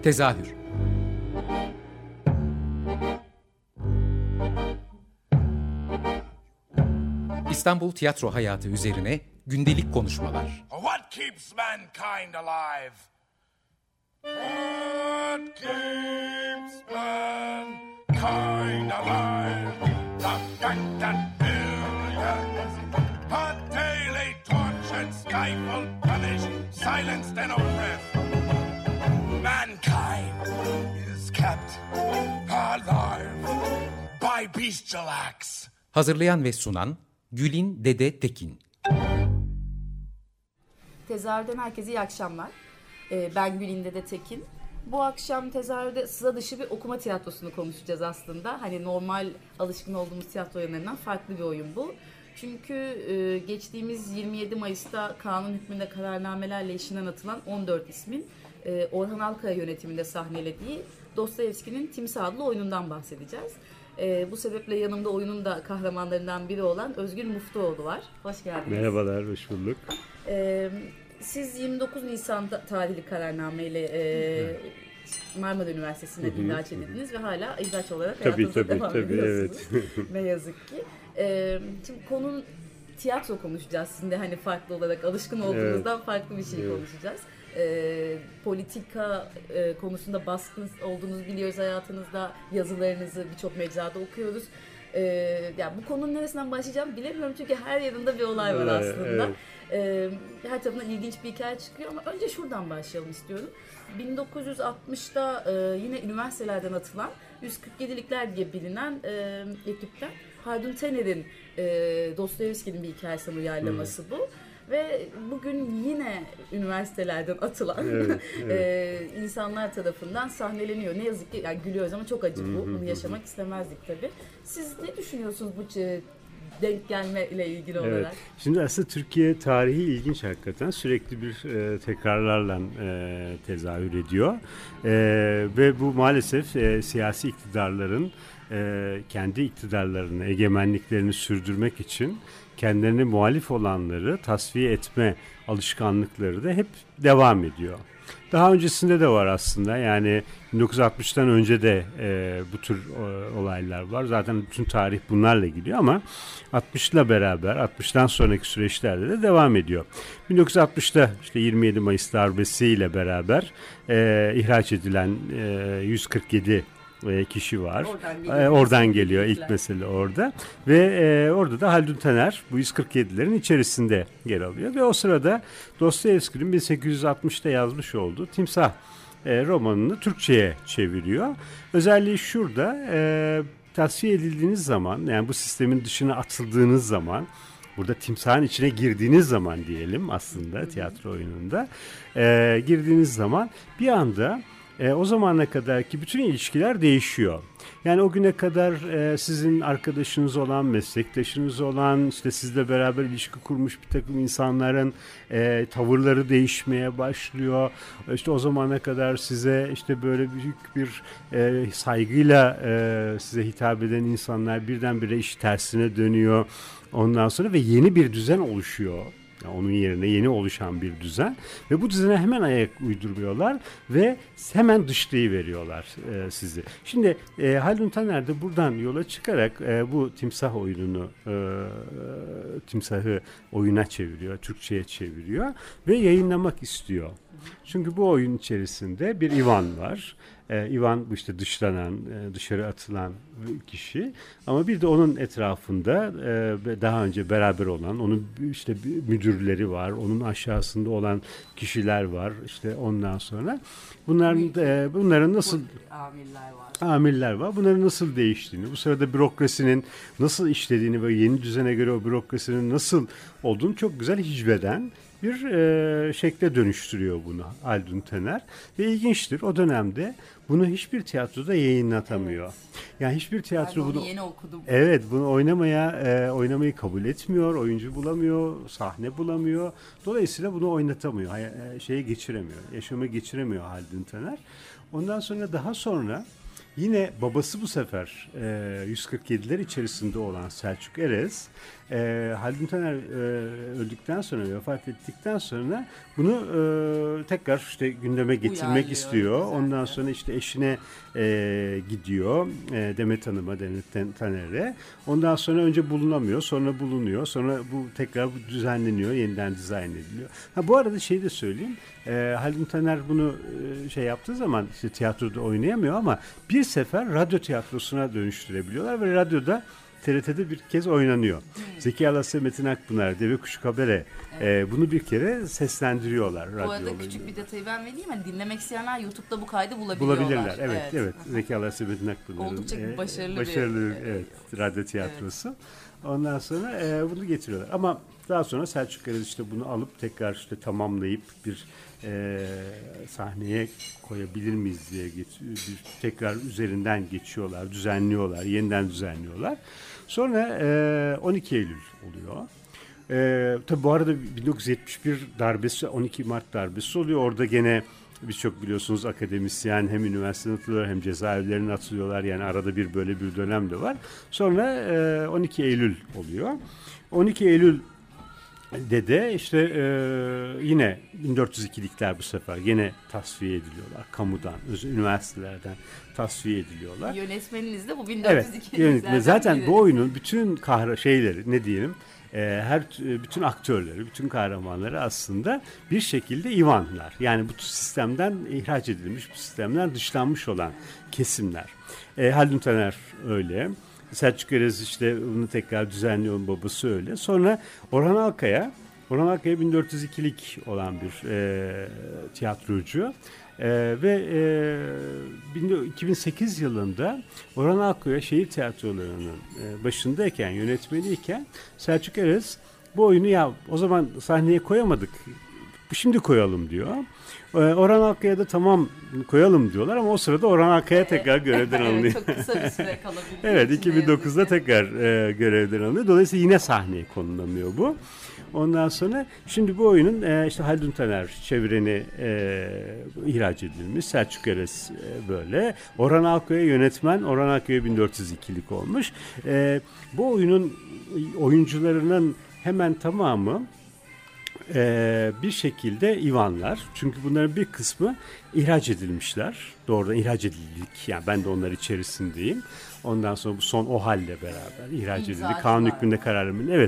Tezahür. İstanbul tiyatro hayatı üzerine gündelik konuşmalar. What keeps mankind alive? What keeps mankind alive? The fact that billions are daily tortured, stifled, punished, silenced and oppressed. Mankind is kept alive by bestial acts. Hazırlayan ve sunan Gülin Dede Tekin. Tezahürden herkese iyi akşamlar. Ben Gülin Dede Tekin. Bu akşam tezahürde sıra dışı bir okuma tiyatrosunu konuşacağız aslında. Hani normal alışkın olduğumuz tiyatro oyunlarından farklı bir oyun bu. Çünkü geçtiğimiz 27 Mayıs'ta kanun hükmünde kararnamelerle işinden atılan 14 ismin Orhan Alkaya yönetiminde sahnelediği Dostoyevski'nin Timsah adlı oyunundan bahsedeceğiz. Bu sebeple yanımda oyunun da kahramanlarından biri olan Özgür Muftuoğlu var. Hoş geldiniz. Merhabalar, hoş bulduk. Siz 29 Nisan tarihli kararnameyle Marmara Üniversitesi'ne ihraç edildiniz ve hala ihraç olarak hayatınıza devam ediyorsunuz. Evet. Ne yazık ki. Şimdi konunun tiyatro konuşacağız. Şimdi hani farklı olarak alışkın olduğunuzdan farklı bir şey konuşacağız. Politika konusunda baskın olduğunuzu biliyoruz hayatınızda. Yazılarınızı birçok mecrada okuyoruz. Yani bu konunun neresinden başlayacağım bilemiyorum çünkü her yanında bir olay var aslında. Her tarafından ilginç bir hikaye çıkıyor ama önce şuradan başlayalım istiyorum. 1960'da yine üniversitelerden atılan 147'likler diye bilinen ekipten Haldun Taner'in Dostoyevski'nin bir hikayesini uyarlaması bu. Ve bugün yine üniversitelerden atılan insanlar tarafından sahneleniyor. Ne yazık ki yani gülüyoruz ama çok acı bu. Bunu yaşamak istemezdik tabii. Siz ne düşünüyorsunuz bu denk gelme ile ilgili olarak? Şimdi aslında Türkiye tarihi ilginç hakikaten. Sürekli bir tekrarlarla tezahür ediyor. Ve bu maalesef siyasi iktidarların kendi iktidarlarını, egemenliklerini sürdürmek için kendilerine muhalif olanları tasfiye etme alışkanlıkları da hep devam ediyor. Daha öncesinde de var aslında, yani 1960'tan önce de bu tür olaylar var. Zaten bütün tarih bunlarla gidiyor ama 60'la beraber 60'tan sonraki süreçlerde de devam ediyor. 1960'da işte 27 Mayıs darbesiyle beraber ihraç edilen 147 kişi var. Oradan geliyor ilk mesele orada. Ve orada da Haldun Taner bu 147'lerin içerisinde yer alıyor. Ve o sırada Dostoyevski'nin 1860'ta yazmış olduğu Timsah romanını Türkçe'ye çeviriyor. Özelliği şurada, tasfiye edildiğiniz zaman, yani bu sistemin dışına atıldığınız zaman, burada timsahın içine girdiğiniz zaman diyelim aslında tiyatro oyununda girdiğiniz zaman bir anda o zamana kadarki bütün ilişkiler değişiyor. Yani o güne kadar sizin arkadaşınız olan, meslektaşınız olan, işte sizle beraber ilişki kurmuş bir takım insanların tavırları değişmeye başlıyor. İşte o zamana kadar size işte böyle büyük bir saygıyla size hitap eden insanlar birdenbire iş tersine dönüyor. Ondan sonra ve yeni bir düzen oluşuyor. Yani onun yerine yeni oluşan bir düzen ve bu düzene hemen ayak uyduruyorlar ve hemen dışlayıveriyorlar sizi. Şimdi Haldun Taner de buradan yola çıkarak bu timsah oyununu, timsahı oyuna çeviriyor, Türkçe'ye çeviriyor ve yayınlamak istiyor. Çünkü bu oyun içerisinde bir Ivan var. Ivan bu işte dışlanan, dışarı atılan kişi. Ama bir de onun etrafında daha önce beraber olan, onun işte müdürleri var, onun aşağısında olan kişiler var. İşte ondan sonra bunların nasıl amirler var. Bunların nasıl değiştiğini, bu sırada bürokrasinin nasıl işlediğini ve yeni düzene göre o bürokrasinin nasıl olduğunu çok güzel hicveden bir şekle dönüştürüyor bunu Haldun Taner. Ve ilginçtir, o dönemde bunu hiçbir tiyatroda yayınlatamıyor. Evet. Yani hiçbir tiyatro bunu yeni okudum. Evet, bunu oynamayı kabul etmiyor, oyuncu bulamıyor, sahne bulamıyor. Dolayısıyla bunu oynatamıyor, yaşama geçiremiyor Haldun Taner. Ondan sonra yine babası bu sefer 147'ler içerisinde olan Selçuk Erez Haldun Taner öldükten sonra, vefat ettikten sonra bunu tekrar işte gündeme getirmek Uyarlıyor, istiyor. güzel. Ondan sonra işte eşine gidiyor, Demet Hanım'a, Demet Taner'e. Ondan sonra önce bulunamıyor, sonra bulunuyor. Sonra bu tekrar düzenleniyor, yeniden dizayn ediliyor. Bu arada şeyi de söyleyeyim. Haldun Taner bunu şey yaptığı zaman işte tiyatroda oynayamıyor ama bir sefer radyo tiyatrosuna dönüştürebiliyorlar ve radyoda TRT'de bir kez oynanıyor. Zeki Alasya, Metin Akpınar, Deve Kuşu Kabere bunu bir kere seslendiriyorlar. Bu arada küçük bir detayı ben vereyim. Yani dinlemek isteyenler YouTube'da bu kaydı bulabilirler. Evet. Zeki Alasya, Metin Akpınar'ın oldukça başarılı bir radyo tiyatrosu. Evet. Ondan sonra bunu getiriyorlar. Ama daha sonra Selçuk Erez işte bunu alıp tekrar işte tamamlayıp bir sahneye koyabilir miyiz diye tekrar üzerinden geçiyorlar, düzenliyorlar, yeniden düzenliyorlar. Sonra 12 Eylül oluyor. Tabii bu arada 1971 darbesi, 12 Mart darbesi oluyor. Orada gene birçok biliyorsunuz akademisyen hem üniversiteden atılıyorlar hem cezaevlerine atılıyorlar. Yani arada bir böyle bir dönem de var. Sonra 12 Eylül oluyor. 12 Eylül de işte yine 1402'likler bu sefer yine tasfiye ediliyorlar. Kamudan, üniversitelerden tasfiye ediliyorlar. Yönetmeniniz de bu 1402'liklerden evet, yönetmen. Zaten bu oyunun bütün şeyleri ne diyelim bütün aktörleri, bütün kahramanları aslında bir şekilde İvanlar. Yani bu sistemden ihraç edilmiş, bu sistemden dışlanmış olan kesimler. Haldun Taner öyle. Selçuk Erez işte bunu tekrar düzenliyor, babası öyle. Sonra Orhan Alkaya 1402'lik olan bir tiyatrocu. Ve 2008 yılında Orhan Alkaya şehir tiyatrolarının başındayken, yönetmeniyken Selçuk Erez bu oyunu ya o zaman sahneye koyamadık, şimdi koyalım diyor. Orhan Alkaya da tamam koyalım diyorlar ama o sırada Orhan Alkaya tekrar görevden alınıyor. Evet, çok kısa bir süre kalabildiği Evet, 2009'da tekrar görevden alınıyor. Dolayısıyla yine sahneye konulamıyor bu. Ondan sonra şimdi bu oyunun işte Haldun Taner çevireni ihraç edilmiş. Selçuk Erez böyle. Orhan Alkaya yönetmen. Orhan Alkaya 1402'lik olmuş. Bu oyunun oyuncularının hemen tamamı bir şekilde İvanlar. Çünkü bunların bir kısmı ihraç edilmişler. Doğrudan ihraç edildik. Yani ben de onlar içerisindeyim. Ondan sonra bu son OHAL'le beraber ihraç edildi. Kanun hükmünde kararımın. Evet.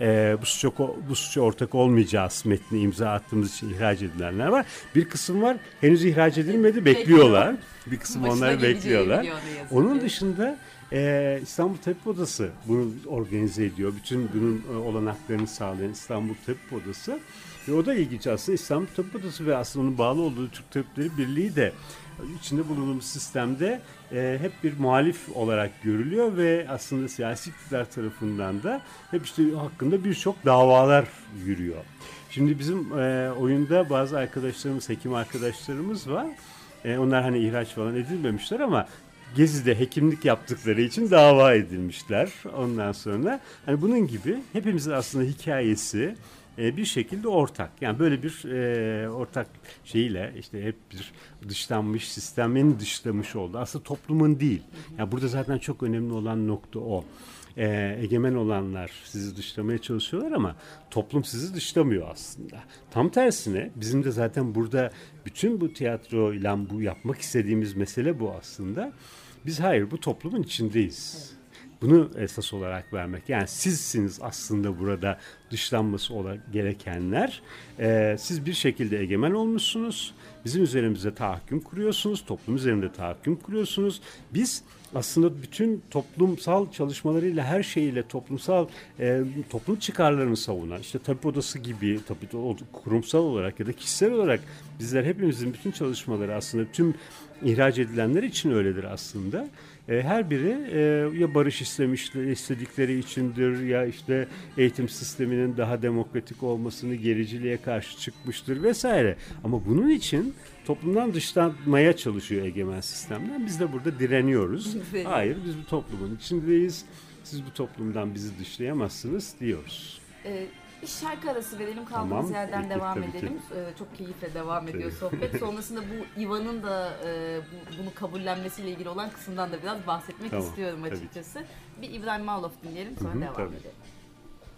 Bu suça ortak olmayacağız metni imza attığımız için ihraç edilenler var. Bir kısım var. Henüz ihraç edilmedi. Bekliyorlar. Bir kısım onları bekliyorlar. Onun dışında İstanbul Tabip Odası bunu organize ediyor. Bütün bunun olanaklarını sağlayan İstanbul Tabip Odası. Ve o da ilginç aslında. İstanbul Tabip Odası ve aslında onun bağlı olduğu Türk Tabipleri Birliği de içinde bulunduğumuz sistemde hep bir muhalif olarak görülüyor ve aslında siyasi iktidar tarafından da hep işte hakkında birçok davalar yürüyor. Şimdi bizim oyunda bazı arkadaşlarımız, hekim arkadaşlarımız var. Onlar hani ihraç falan edilmemişler ama Gezi'de hekimlik yaptıkları için dava edilmişler. Ondan sonra hani bunun gibi hepimizin aslında hikayesi bir şekilde ortak. Yani böyle bir ortak şeyle işte hep bir dışlanmış, sistemin dışlamış oldu. Aslında toplumun değil. Yani burada zaten çok önemli olan nokta o. Egemen olanlar sizi dışlamaya çalışıyorlar ama toplum sizi dışlamıyor aslında. Tam tersine bizim de zaten burada bütün bu tiyatroyla bu yapmak istediğimiz mesele bu aslında. Biz hayır bu toplumun içindeyiz. Bunu esas olarak vermek. Yani sizsiniz aslında burada dışlanması gerekenler. Siz bir şekilde egemen olmuşsunuz. Bizim üzerimize tahakküm kuruyorsunuz. Toplum üzerinde tahakküm kuruyorsunuz. Biz aslında bütün toplumsal çalışmalarıyla her şeyiyle toplum çıkarlarını savunan işte tabip odası gibi kurumsal olarak ya da kişisel olarak bizler hepimizin bütün çalışmaları aslında tüm ihraç edilenler için öyledir aslında. Her biri ya barış istedikleri içindir ya işte eğitim sisteminin daha demokratik olmasını, gericiliğe karşı çıkmıştır vesaire. Ama bunun için toplumdan dışlanmaya çalışıyor egemen sistemden. Biz de burada direniyoruz. Hayır, biz bu toplumun içindeyiz. Siz bu toplumdan bizi dışlayamazsınız diyoruz. Bir şarkı arası verelim, kaldığımız yerden devam edelim. Çok keyifle devam ediyor sohbet. Sonrasında bu İvan'ın da bunu kabullenmesiyle ilgili olan kısımdan da biraz bahsetmek istiyorum açıkçası. Bir İbrahim Maluf dinleyelim, sonra devam edelim.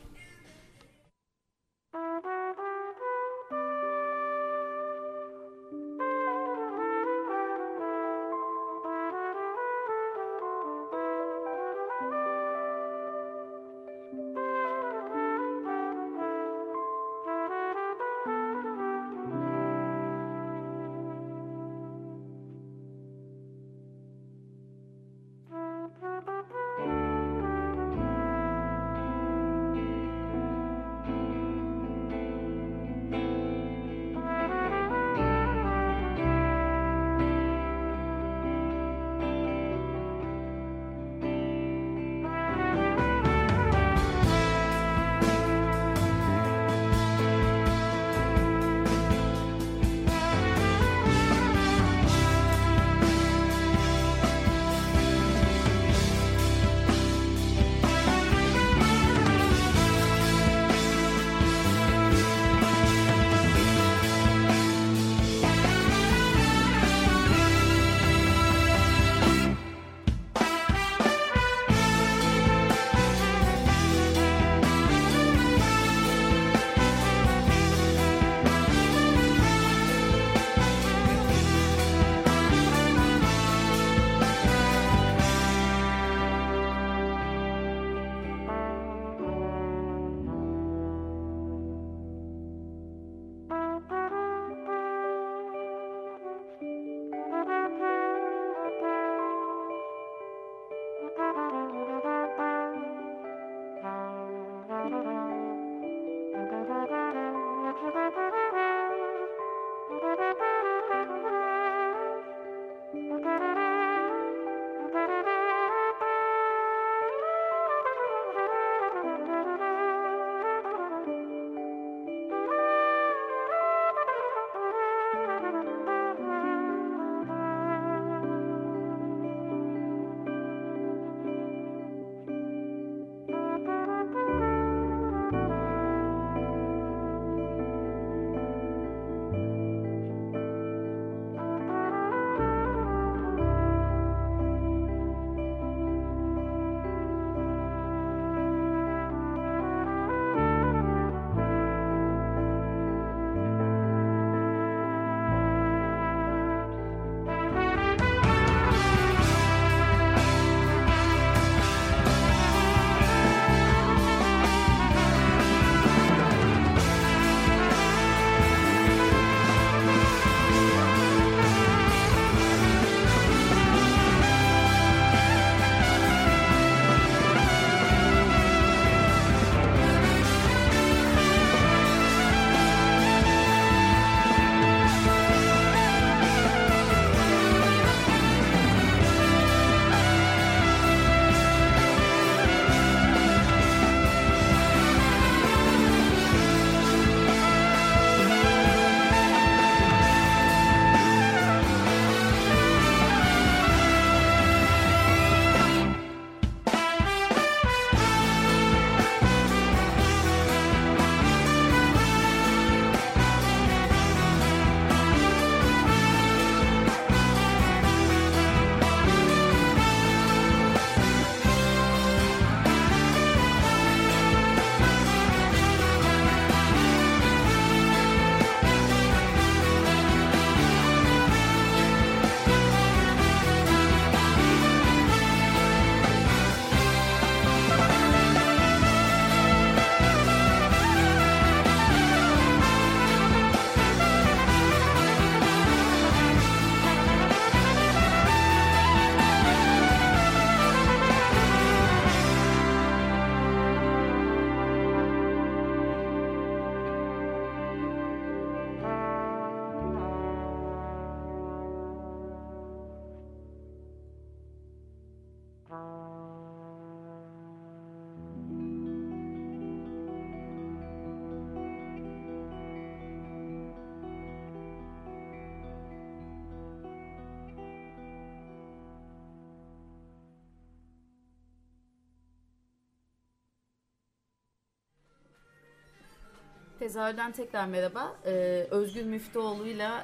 Tezahürden tekrar merhaba. Özgür Müftüoğlu'yla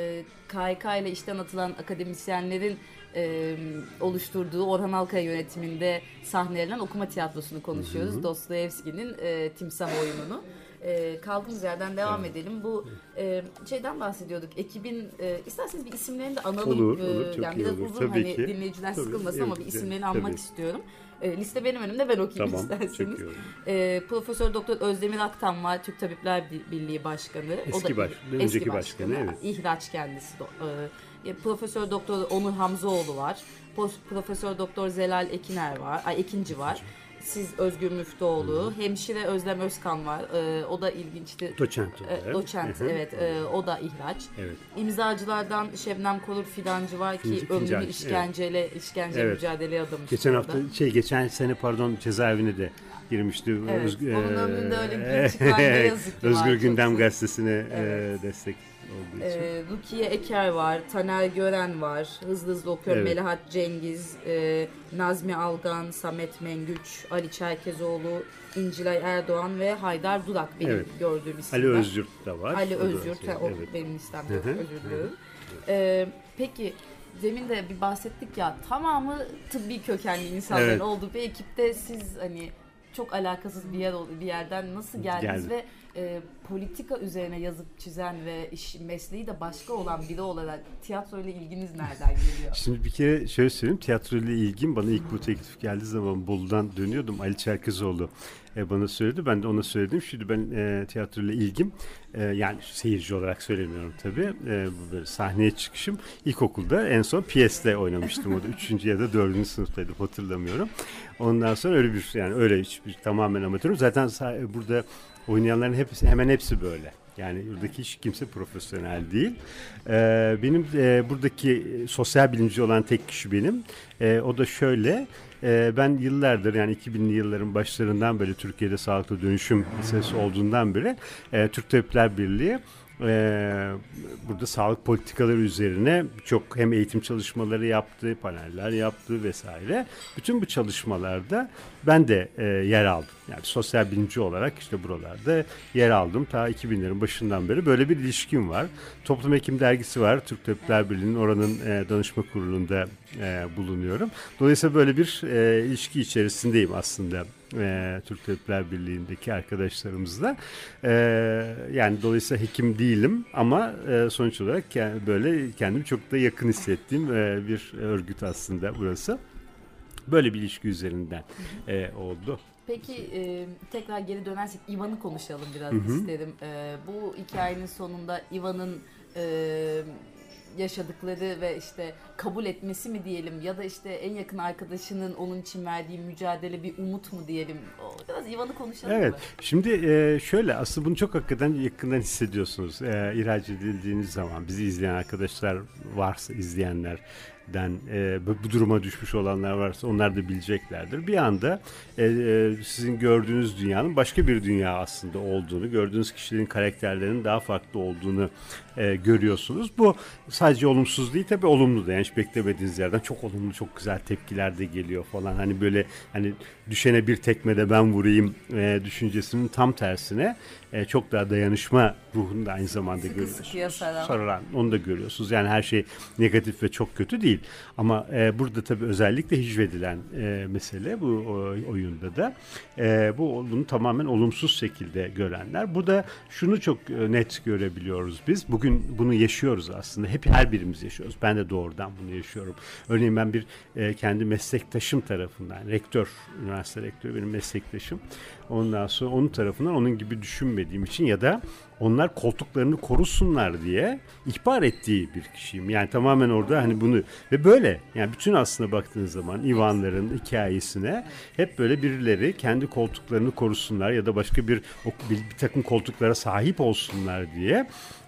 KHK ile işten atılan akademisyenlerin oluşturduğu Orhan Alkaya yönetiminde sahnelenen okuma tiyatrosunu konuşuyoruz. Dostoyevski'nin Timsah oyununu. Kaldığımız yerden devam edelim. Bu şeyden bahsediyorduk. Ekibin isterseniz bir isimlerini de analım. Olur, çok yani iyi biraz olur. uzun, Tabii hani ki. dinleyiciler Tabii, sıkılmasın ama bir isimlerini anmak tabii. istiyorum. Liste benim önümde, ben okuyayım Tamam, isterseniz. çekiyorum. Profesör Doktor Özdemir Aktan var, Türk Tabipler Birliği Başkanı. Önceki başkanı, evet. İhraç kendisi. Profesör Doktor Onur Hamzoğlu var. Profesör Doktor Zelal Ekinci var. Siz Özgür Müftüoğlu, hemşire Özlem Özkan var. O da ilginçti. Doçent, evet. O da ihraç. Evet. İmzacılardan Şebnem Korur Fidancı var ki ömrünü işkence mücadeleye adamış. Geçen sene cezaevine de girmişti. Evet. Onun ömründe öyle bir çıkan ne yazık ki Özgür var. Gündem Gazetesi'ne destek olduğu için. Rukiye Eker var, Taner Gören var, hızlı okuyorum, Evet. Melahat Cengiz, Nazmi Algan, Samet Mengüç, Ali Çerkezoğlu, İncilay Erdoğan ve Haydar Durak benim gördüğüm isimler. Ali Özyurt da var. Ali O da Özyurt, evet. benim listemde yok, özür diliyorum. Peki, demin de bir bahsettik ya, tamamı tıbbi kökenli insanların olduğu bir ekipte siz hani çok alakasız bir yerden nasıl geldiniz ve politika üzerine yazıp çizen ve mesleği de başka olan biri olarak tiyatroyla ilginiz nereden geliyor? Şimdi bir kere şöyle söyleyeyim, tiyatroyla ilgim bana ilk bu teklif geldiği zaman Bolu'dan dönüyordum. Ali Çerkezoğlu bana söyledi. Ben de ona söyledim. Şimdi ben tiyatroyla ilgim yani seyirci olarak söylemiyorum tabii. Bu böyle sahneye çıkışım ilkokulda en son piyeste oynamıştım. O da 3. ya da 4. sınıftaydım, hatırlamıyorum. Ondan sonra öyle hiçbir tamamen amatörüm. Zaten burada oynayanların hemen hepsi böyle. Yani buradaki hiç kimse profesyonel değil. Benim buradaki sosyal bilimci olan tek kişi benim. O da şöyle. Ben yıllardır, yani 2000'li yılların başlarından böyle Türkiye'de sağlıklı dönüşüm meselesi olduğundan beri Türk Tabipler Birliği burada sağlık politikaları üzerine çok hem eğitim çalışmaları yaptı, paneller yaptı vesaire. Bütün bu çalışmalarda ben de yer aldım. Yani sosyal bilimci olarak işte buralarda yer aldım. Ta 2000'lerin başından beri böyle bir ilişkim var. Toplum Hekim Dergisi var. Türk Tabipler Birliği'nin oranın danışma kurulunda bulunuyorum. Dolayısıyla böyle bir ilişki içerisindeyim aslında. Türk Tabipler Birliği'ndeki arkadaşlarımızla. Yani dolayısıyla hekim değilim ama sonuç olarak böyle kendimi çok da yakın hissettiğim bir örgüt aslında burası. Böyle bir ilişki üzerinden oldu. Peki tekrar geri dönersek İvan'ı konuşalım biraz isterim. Bu hikayenin sonunda İvan'ın yaşadıkları ve işte kabul etmesi mi diyelim ya da işte en yakın arkadaşının onun için verdiği mücadele bir umut mu diyelim. Biraz İvan'ı konuşalım mı? Şimdi şöyle, aslında bunu çok hakikaten yakından hissediyorsunuz. İhraç edildiğiniz zaman bizi izleyen arkadaşlar varsa, izleyenlerden bu duruma düşmüş olanlar varsa onlar da bileceklerdir. Bir anda sizin gördüğünüz dünyanın başka bir dünya aslında olduğunu, gördüğünüz kişilerin karakterlerinin daha farklı olduğunu görüyorsunuz. Bu sadece olumsuz değil, tabii olumlu da. Yani hiç beklemediğiniz yerden çok olumlu, çok güzel tepkiler de geliyor falan. Hani böyle hani düşene bir tekme de ben vurayım düşüncesinin tam tersine çok daha dayanışma ruhunu da aynı zamanda görüyorsunuz. Sarılan, onu da görüyorsunuz. Yani her şey negatif ve çok kötü değil. Ama burada tabii özellikle hicvedilen mesele bu oyunda da bunu tamamen olumsuz şekilde görenler. Burada şunu çok net görebiliyoruz biz. Bugün bunu yaşıyoruz aslında. Her birimiz yaşıyoruz. Ben de doğrudan bunu yaşıyorum. Örneğin ben bir kendi meslektaşım tarafından, üniversite rektörü benim meslektaşım. Ondan sonra onun tarafından onun gibi düşünmediğim için ya da onlar koltuklarını korusunlar diye ihbar ettiği bir kişiyim. Yani tamamen orada hani bunu ve böyle yani bütün aslında baktığınız zaman İvanların hikayesine hep böyle birileri kendi koltuklarını korusunlar ya da başka bir takım koltuklara sahip olsunlar diye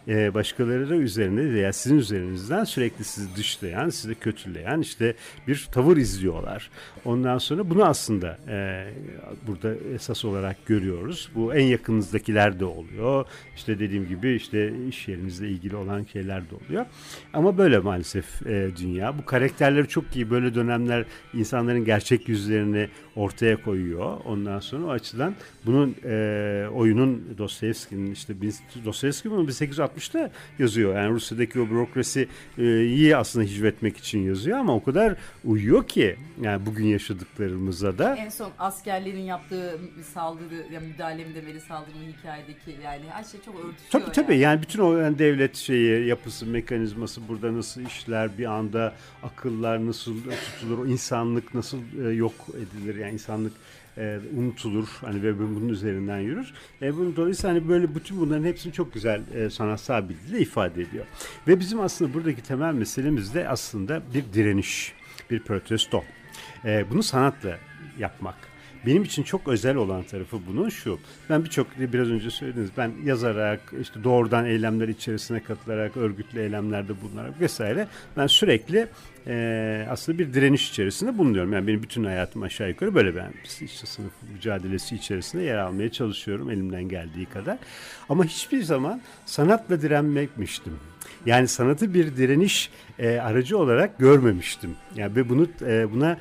başkaları üzerine veya sizin üzerinizden sürekli sizi dışlayan, sizi kötüleyen işte bir tavır izliyorlar. Ondan sonra bunu aslında burada esas olarak görüyoruz. Bu en yakınızdakiler de oluyor. İşte dediğim gibi işte iş yerinizle ilgili olan şeyler de oluyor. Ama böyle maalesef dünya. Bu karakterleri çok iyi böyle dönemler insanların gerçek yüzlerini ortaya koyuyor. Ondan sonra o açıdan bunun oyunun Dostoyevski'nin işte Dostoyevski bunu 1860'ta yazıyor. Yani Rusya'daki o bürokrasiyi aslında hicvetmek için yazıyor ama o kadar uyuyor ki yani bugün yaşadıklarımıza da. En son askerlerin yaptığı saldırı, ya müdahale mi demeli, saldırı hikayedeki yani her şey çok örtüşüyor. Tabii yani bütün o yani devlet şeyi, yapısı, mekanizması burada nasıl işler, bir anda akıllar nasıl tutulur, insanlık nasıl yok edilir, yani insanlık unutulur hani ve bunun üzerinden yürür. Dolayısıyla hani böyle bütün bunların hepsini çok güzel sanatsal bir dille ifade ediyor. Ve bizim aslında buradaki temel meselemiz de aslında bir direniş, bir protesto. Bunu sanatla yapmak. Benim için çok özel olan tarafı bunun şu. Ben biraz önce söylediniz. Ben yazarak, işte doğrudan eylemler içerisine katılarak, örgütlü eylemlerde bulunarak vesaire. Ben sürekli aslında bir direniş içerisinde bulunuyorum. Yani benim bütün hayatım aşağı yukarı böyle, ben işte sınıf mücadelesi içerisinde yer almaya çalışıyorum elimden geldiği kadar. Ama hiçbir zaman sanatla direnmemiştim. Yani sanatı bir direniş aracı olarak görmemiştim. Yani ve buna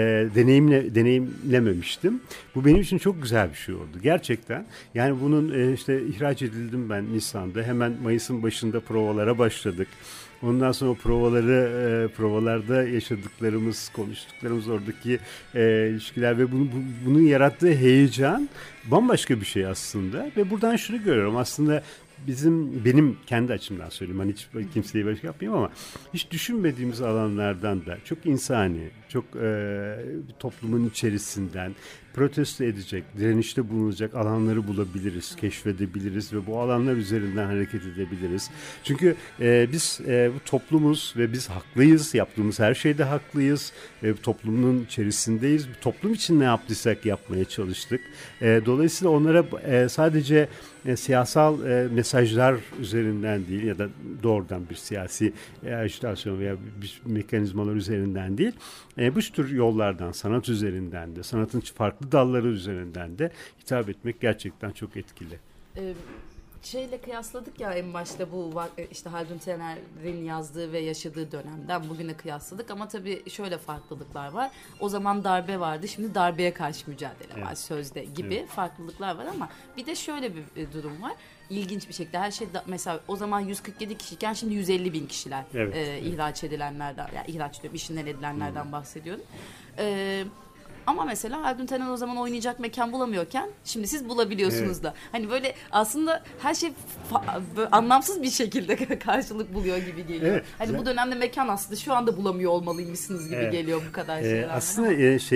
deneyimlememiştim. Bu benim için çok güzel bir şey oldu gerçekten. Yani bunun işte ihraç edildim ben Nisan'da. Hemen Mayıs'ın başında provalara başladık. Ondan sonra provalarda yaşadıklarımız, konuştuklarımız, oradaki ilişkiler ve bunun yarattığı heyecan bambaşka bir şey aslında. Ve buradan şunu görüyorum aslında. Benim kendi açımdan söyleyeyim. Hani hiç kimseyi başka yapmayayım ama hiç düşünmediğimiz alanlardan da çok insani, çok toplumun içerisinden protesto edecek, direnişte bulunacak alanları bulabiliriz, keşfedebiliriz ve bu alanlar üzerinden hareket edebiliriz. Çünkü biz bu toplumuz ve biz haklıyız, yaptığımız her şeyde haklıyız ve toplumun içerisindeyiz. Bu toplum için ne yaptıysak yapmaya çalıştık. Dolayısıyla onlara sadece siyasal mesajlar üzerinden değil ya da doğrudan bir siyasi ajitasyon veya bir mekanizmalar üzerinden değil, bu tür yollardan, sanat üzerinden de, sanatın farklı dalları üzerinden de hitap etmek gerçekten çok etkili. Şeyle kıyasladık ya en başta, bu işte Haldun Taner'in yazdığı ve yaşadığı dönemden bugüne kıyasladık ama tabii şöyle farklılıklar var. O zaman darbe vardı, şimdi darbeye karşı mücadele var, sözde gibi farklılıklar var ama bir de şöyle bir durum var. İlginç bir şekilde her şey mesela o zaman 147 kişiyken şimdi 150 bin kişiler ihraç edilenlerden, yani ihraç diyorum, işinden edilenlerden bahsediyorum. Ama mesela Haldun Taner o zaman oynayacak mekan bulamıyorken şimdi siz bulabiliyorsunuz da. Hani böyle aslında her şey böyle anlamsız bir şekilde karşılık buluyor gibi geliyor. Evet, hani bu dönemde mekan aslında şu anda bulamıyor olmalıymışsınız gibi geliyor bu kadar şeyler. Aslında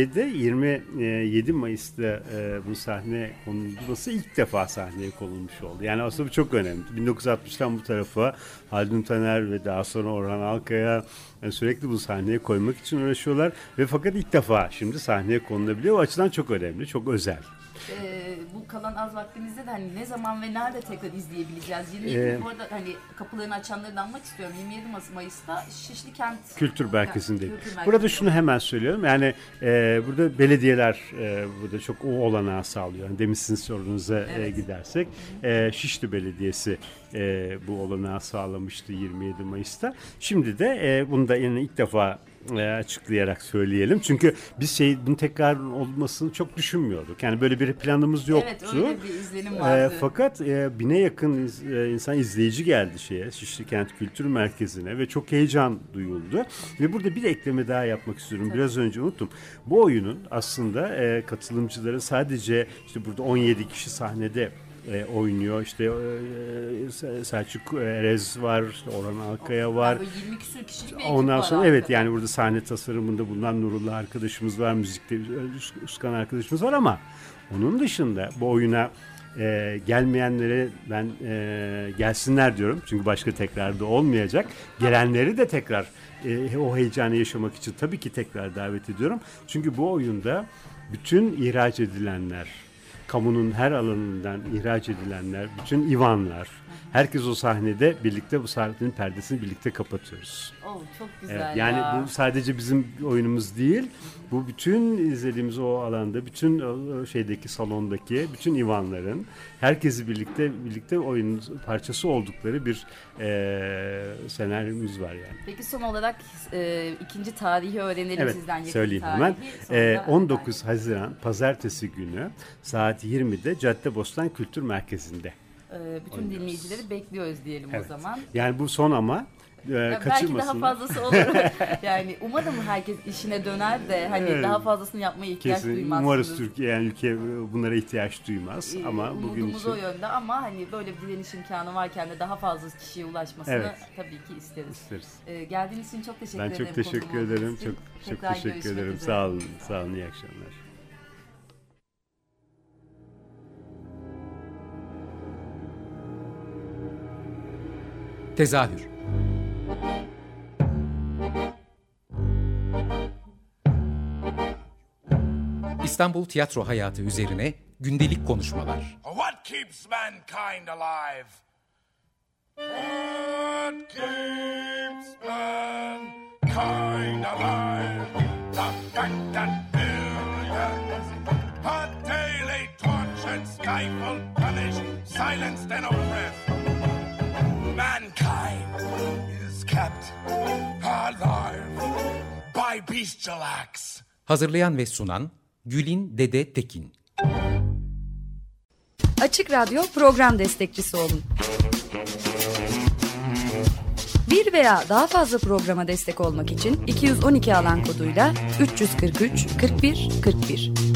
27 Mayıs'ta bu sahne konulması ilk defa sahneye konulmuş oldu. Yani aslında bu çok önemli. 1960'tan bu tarafa Haldun Taner ve daha sonra Orhan Alkaya sürekli bu sahneye koymak için uğraşıyorlar ve fakat ilk defa şimdi sahneye konulabiliyor. O açıdan çok önemli, çok özel. Bu kalan az vaktimizde de hani ne zaman ve nerede tekrar izleyebileceğiz? 27 bu arada hani kapılarını açanları da anmak istiyorum. 27 Mayıs'ta Şişli Kent Kültür Merkezi'nde. Burada şunu hemen söylüyorum. Yani burada belediyeler burada çok o olanağı sağlıyor. Yani demin sizin sorunuza gidersek Şişli Belediyesi bu olanağı sağlamıştı 27 Mayıs'ta. Şimdi de bunu da yine ilk defa açıklayarak söyleyelim. Çünkü biz bunun tekrar olmasını çok düşünmüyorduk. Yani böyle bir planımız yoktu. Evet, öyle bir izlenim vardı. Fakat bine yakın insan izleyici geldi Şişli Kent Kültür Merkezi'ne ve çok heyecan duyuldu. Ve burada bir ekleme daha yapmak istiyorum. Tabii. Biraz önce unuttum. Bu oyunun aslında katılımcıları sadece işte burada 17 kişi sahnede oynuyor. İşte Selçuk Erez var, işte Orhan Alkaya var. 20 küsur kişilik bir ekip Ondan sonra var. Yani burada sahne tasarımında bulunan Nurullah arkadaşımız var, müzikte Üskan arkadaşımız var ama onun dışında bu oyuna gelmeyenlere ben gelsinler diyorum. Çünkü başka tekrarda olmayacak. Gelenleri de tekrar o heyecanı yaşamak için tabii ki tekrar davet ediyorum. Çünkü bu oyunda bütün ihraç edilenler, kamunun her alanından ihraç edilenler, bütün İvanlar, herkes o sahnede birlikte bu sahnenin perdesini birlikte kapatıyoruz. Oh, çok güzel Evet, yani ya. bu sadece bizim oyunumuz değil, bu bütün izlediğimiz o alanda, bütün o şeydeki salondaki bütün İvanların herkesi birlikte oyunun parçası oldukları bir senaryomuz var yani. Peki son olarak ikinci tarihi öğrenelim sizden. Yakın Söyleyeyim tarihi. hemen. 19 Haziran Pazartesi günü saat 20'de Caddebostan Kültür Merkezi'nde. Bütün dinleyicileri bekliyoruz diyelim o zaman. Yani bu son ama Belki kaçırmasınlar. daha fazlası olur. Yani umarım herkes işine döner de hani daha fazlasını yapmaya ihtiyaç Kesin. duymazsınız. Umarız Türkiye, yani ülke bunlara ihtiyaç duymaz ama bugün Umudumuz için o yönde ama hani böyle bir direniş imkanı varken de daha fazla kişiye ulaşmasını tabii ki isteriz. Geldiğiniz için çok teşekkür ederim. Ben çok teşekkür ederim. Çok Tekrar teşekkür görüşmek ederim. üzere. Sağ olun. Sağ olun. İyi akşamlar. Tezahür. İstanbul tiyatro hayatı üzerine gündelik konuşmalar. What keeps mankind alive? What keeps mankind alive? The fact that billions are daily tortured, stifled, punished, silenced, and oppressed. Mankind is kept alive by bestial acts. Hazırlayan ve sunan Gülin Dede Tekin. Açık Radyo program destekçisi olun. Bir veya daha fazla programa destek olmak için 212 alan koduyla 343 41 41